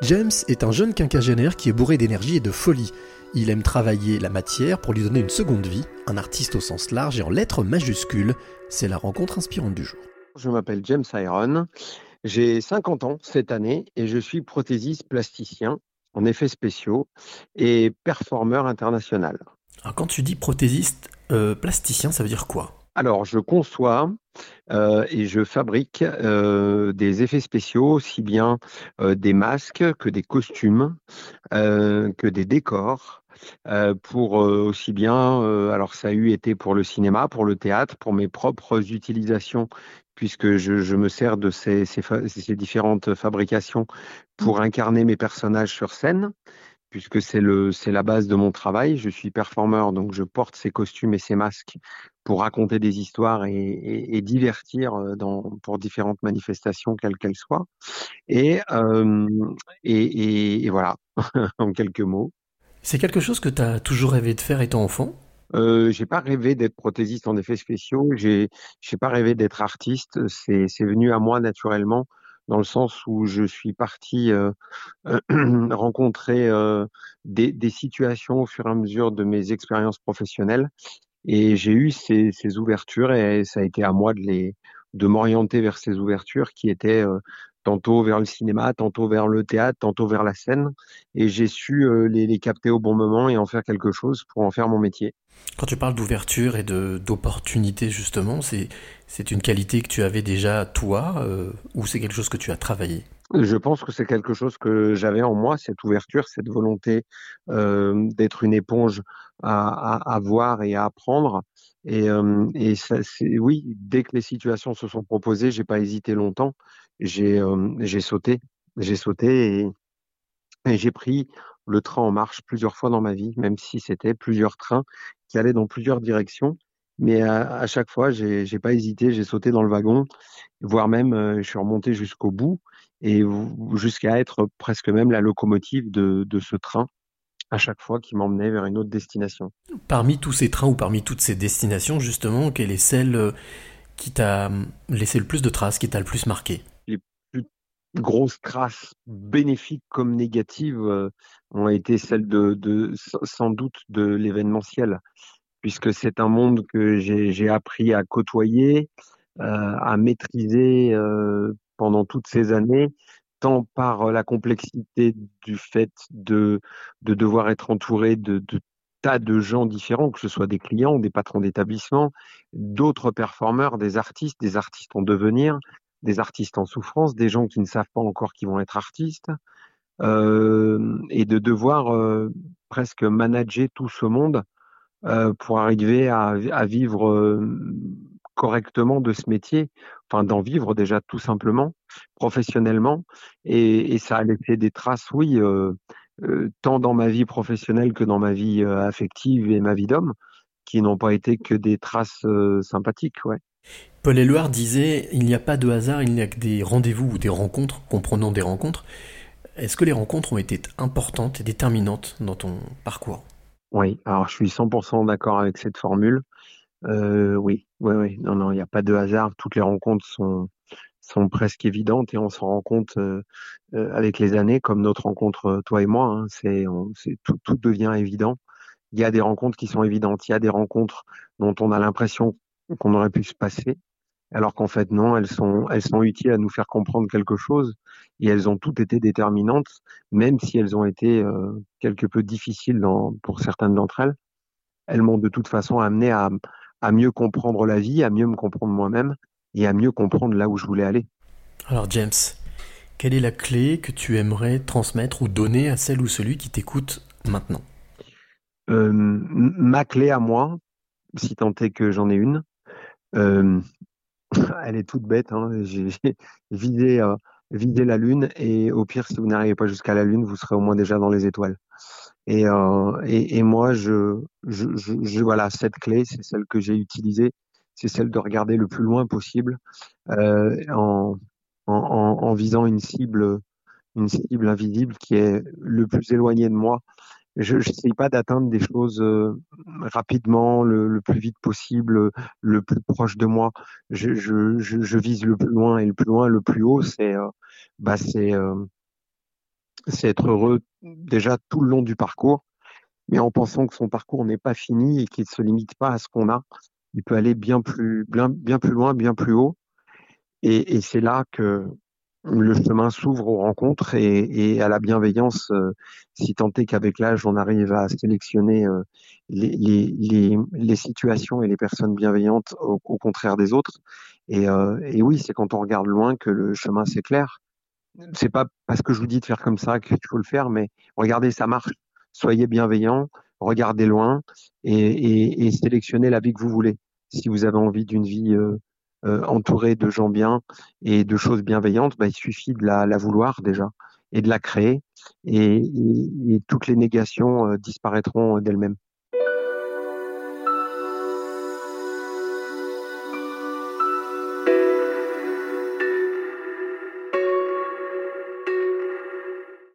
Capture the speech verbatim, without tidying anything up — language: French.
James est un jeune quinquagénaire qui est bourré d'énergie et de folie. Il aime travailler la matière pour lui donner une seconde vie, un artiste au sens large et en lettres majuscules. C'est la rencontre inspirante du jour. Je m'appelle James Iron, j'ai cinquante ans cette année et je suis prothésiste plasticien en effets spéciaux et performeur international. Alors quand tu dis prothésiste euh, plasticien, ça veut dire quoi ? Alors, je conçois euh, et je fabrique euh, des effets spéciaux, aussi bien euh, des masques que des costumes, euh, que des décors, euh, pour euh, aussi bien, euh, alors ça a eu été pour le cinéma, pour le théâtre, pour mes propres utilisations, puisque je, je me sers de ces, ces, fa- ces différentes fabrications pour incarner mes personnages sur scène, puisque c'est le, c'est la base de mon travail. Je suis performeur, donc je porte ces costumes et ces masques pour raconter des histoires et, et- et divertir euh, dans, pour différentes manifestations, quelles qu'elles soient. Et, euh, et, et- et voilà, en quelques mots. C'est quelque chose que tu as toujours rêvé de faire étant enfant ? Euh, j'ai pas rêvé d'être prothésiste en effets spéciaux. J'ai, j'ai pas rêvé d'être artiste. C'est, c'est venu à moi naturellement, dans le sens où je suis parti euh, rencontrer euh, des, des situations au fur et à mesure de mes expériences professionnelles. Et j'ai eu ces, ces ouvertures et ça a été à moi de les, de m'orienter vers ces ouvertures qui étaient euh, tantôt vers le cinéma, tantôt vers le théâtre, tantôt vers la scène. Et j'ai su euh, les, les capter au bon moment et en faire quelque chose pour en faire mon métier. Quand tu parles d'ouverture et de, d'opportunité justement, c'est, c'est une qualité que tu avais déjà toi euh, ou c'est quelque chose que tu as travaillé ? Je pense que c'est quelque chose que j'avais en moi, cette ouverture, cette volonté euh, d'être une éponge à, à, à voir et à apprendre. Et, euh, et ça, c'est, oui, dès que les situations se sont proposées, j'ai pas hésité longtemps. J'ai euh, j'ai sauté, j'ai sauté et, et j'ai pris le train en marche plusieurs fois dans ma vie, même si c'était plusieurs trains qui allaient dans plusieurs directions. Mais à, à chaque fois, j'ai j'ai pas hésité, j'ai sauté dans le wagon, voire même euh, je suis remonté jusqu'au bout et v- jusqu'à être presque même la locomotive de, de ce train à chaque fois qui m'emmenait vers une autre destination. Parmi tous ces trains ou parmi toutes ces destinations justement, quelle est celle euh, qui t'a hum, laissé le plus de traces, qui t'a le plus marqué ? Les plus grosses traces bénéfiques comme négatives euh, ont été celles de, de sans doute de l'événementiel, puisque c'est un monde que j'ai j'ai appris à côtoyer, euh, à maîtriser euh, pendant toutes ces années, tant par la complexité du fait de, de devoir être entouré de, de tas de gens différents, que ce soit des clients, des patrons d'établissement, d'autres performeurs, des artistes, des artistes en devenir, des artistes en souffrance, des gens qui ne savent pas encore qu'ils vont être artistes, euh, et de devoir euh, presque manager tout ce monde euh, pour arriver à, à vivre euh, correctement de ce métier, enfin d'en vivre déjà tout simplement, professionnellement. Et, et ça a laissé des traces, oui, euh, euh, tant dans ma vie professionnelle que dans ma vie euh, affective et ma vie d'homme, qui n'ont pas été que des traces euh, sympathiques, ouais. Paul Éluard disait il n'y a pas de hasard, il n'y a que des rendez-vous ou des rencontres, comprenons des rencontres. Est-ce que les rencontres ont été importantes et déterminantes dans ton parcours ? Oui, alors je suis cent pour cent d'accord avec cette formule. Euh, oui, oui, oui, non, non, il n'y a pas de hasard. Toutes les rencontres sont, sont presque évidentes et on s'en rend compte euh, euh, avec les années, comme notre rencontre, euh, toi et moi, hein, c'est, on- c'est, tout, tout devient évident. Il y a des rencontres qui sont évidentes, il y a des rencontres dont on a l'impression qu'on aurait pu se passer, alors qu'en fait non, elles sont, elles sont utiles à nous faire comprendre quelque chose et elles ont toutes été déterminantes, même si elles ont été euh, quelque peu difficiles dans, pour certaines d'entre elles. Elles m'ont de toute façon amené à, à mieux comprendre la vie, à mieux me comprendre moi-même et à mieux comprendre là où je voulais aller. Alors James, quelle est la clé que tu aimerais transmettre ou donner à celle ou celui qui t'écoute maintenant ? Euh, m- ma clé à moi, si tant est que j'en ai une, euh, elle est toute bête, hein. J'ai j'ai vidé, euh, vidé la Lune et au pire, si vous n'arrivez pas jusqu'à la Lune, vous serez au moins déjà dans les étoiles. Et, euh, et, et moi, je, je, je, je- voilà, cette clé, c'est celle que j'ai utilisée, c'est celle de regarder le plus loin possible euh, en, en, en, en visant une cible, une cible invisible qui est le plus éloignée de moi. Je n'essaye pas d'atteindre des choses euh, rapidement, le, le plus vite possible, le plus proche de moi. Je, je, je, je vise le plus loin et le plus loin, le plus haut, c'est euh, bah, c'est euh, c'est être heureux déjà tout le long du parcours, mais en pensant que son parcours n'est pas fini et qu'il ne se limite pas à ce qu'on a. Il peut aller bien plus, bien, bien plus loin, bien plus haut. Et, et c'est là que le chemin s'ouvre aux rencontres et, et à la bienveillance, euh, si tant est qu'avec l'âge, on arrive à sélectionner euh, les, les, les, les situations et les personnes bienveillantes au, au contraire des autres. Et, euh, et oui, c'est quand on regarde loin que le chemin s'éclaire. C'est pas parce que je vous dis de faire comme ça qu'il faut le faire, mais regardez, ça marche. Soyez bienveillants, regardez loin et, et, et sélectionnez la vie que vous voulez. Si vous avez envie d'une vie euh, euh, entourée de gens bien et de choses bienveillantes, bah, il suffit de la, la vouloir déjà et de la créer et, et, et toutes les négations euh, disparaîtront d'elles-mêmes.